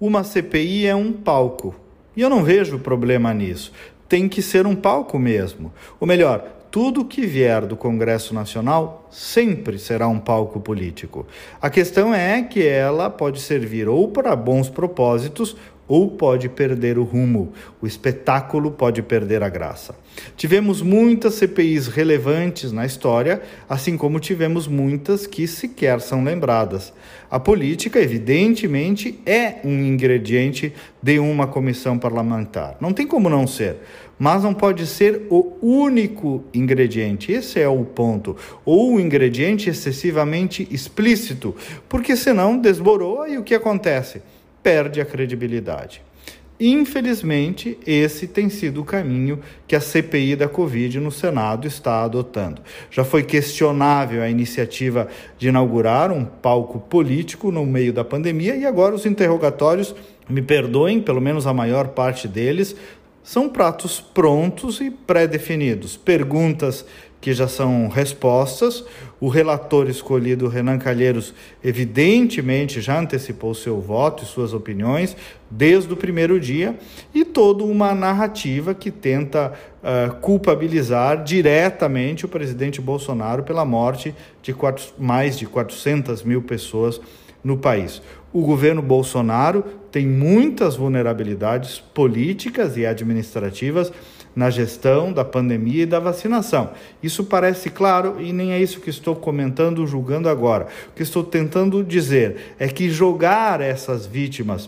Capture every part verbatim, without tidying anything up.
uma C P I é um palco. E eu não vejo problema nisso. Tem que ser um palco mesmo. Ou melhor, tudo que vier do Congresso Nacional sempre será um palco político. A questão é que ela pode servir ou para bons propósitos ou pode perder o rumo. O espetáculo pode perder a graça. Tivemos muitas C P Is relevantes na história, assim como tivemos muitas que sequer são lembradas. A política, evidentemente, é um ingrediente de uma comissão parlamentar. Não tem como não ser, mas não pode ser o único ingrediente. Esse é o ponto. Ou o ingrediente excessivamente explícito, porque senão desboroa e o que acontece? Perde a credibilidade. Infelizmente, esse tem sido o caminho que a C P I da Covid no Senado está adotando. Já foi questionável a iniciativa de inaugurar um palco político no meio da pandemia e agora os interrogatórios, me perdoem, pelo menos a maior parte deles, são pratos prontos e pré-definidos, perguntas que já são respostas. O relator escolhido, Renan Calheiros, evidentemente já antecipou seu voto e suas opiniões desde o primeiro dia, e toda uma narrativa que tenta uh, culpabilizar diretamente o presidente Bolsonaro pela morte de quatro, mais de quatrocentas mil pessoas no país. O governo Bolsonaro tem muitas vulnerabilidades políticas e administrativas na gestão da pandemia e da vacinação. Isso parece claro e nem é isso que estou comentando, julgando agora. O que estou tentando dizer é que jogar essas vítimas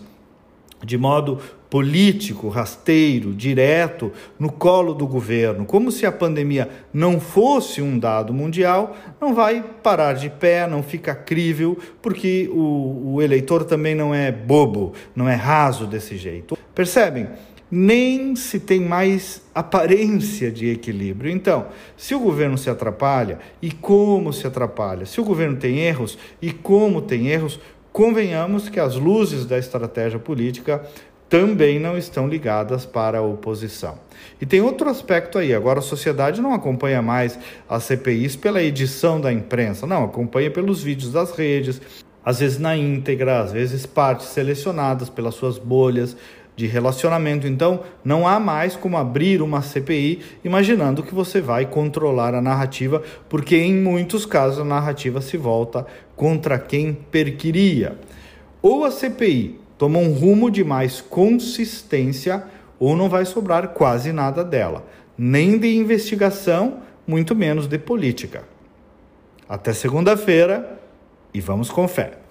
de modo político, rasteiro, direto, no colo do governo, como se a pandemia não fosse um dado mundial, não vai parar de pé, não fica crível, porque o, o eleitor também não é bobo, não é raso desse jeito. Percebem? Nem se tem mais aparência de equilíbrio. Então, se o governo se atrapalha, e como se atrapalha? Se o governo tem erros, e como tem erros, convenhamos que as luzes da estratégia política também não estão ligadas para a oposição. E tem outro aspecto aí, agora a sociedade não acompanha mais as C P Is pela edição da imprensa, não, acompanha pelos vídeos das redes, às vezes na íntegra, às vezes partes selecionadas pelas suas bolhas de relacionamento. Então, não há mais como abrir uma C P I imaginando que você vai controlar a narrativa, porque em muitos casos a narrativa se volta contra quem perquiria. Ou a C P I toma um rumo de mais consistência, ou não vai sobrar quase nada dela, nem de investigação, muito menos de política. Até segunda-feira e vamos com fé.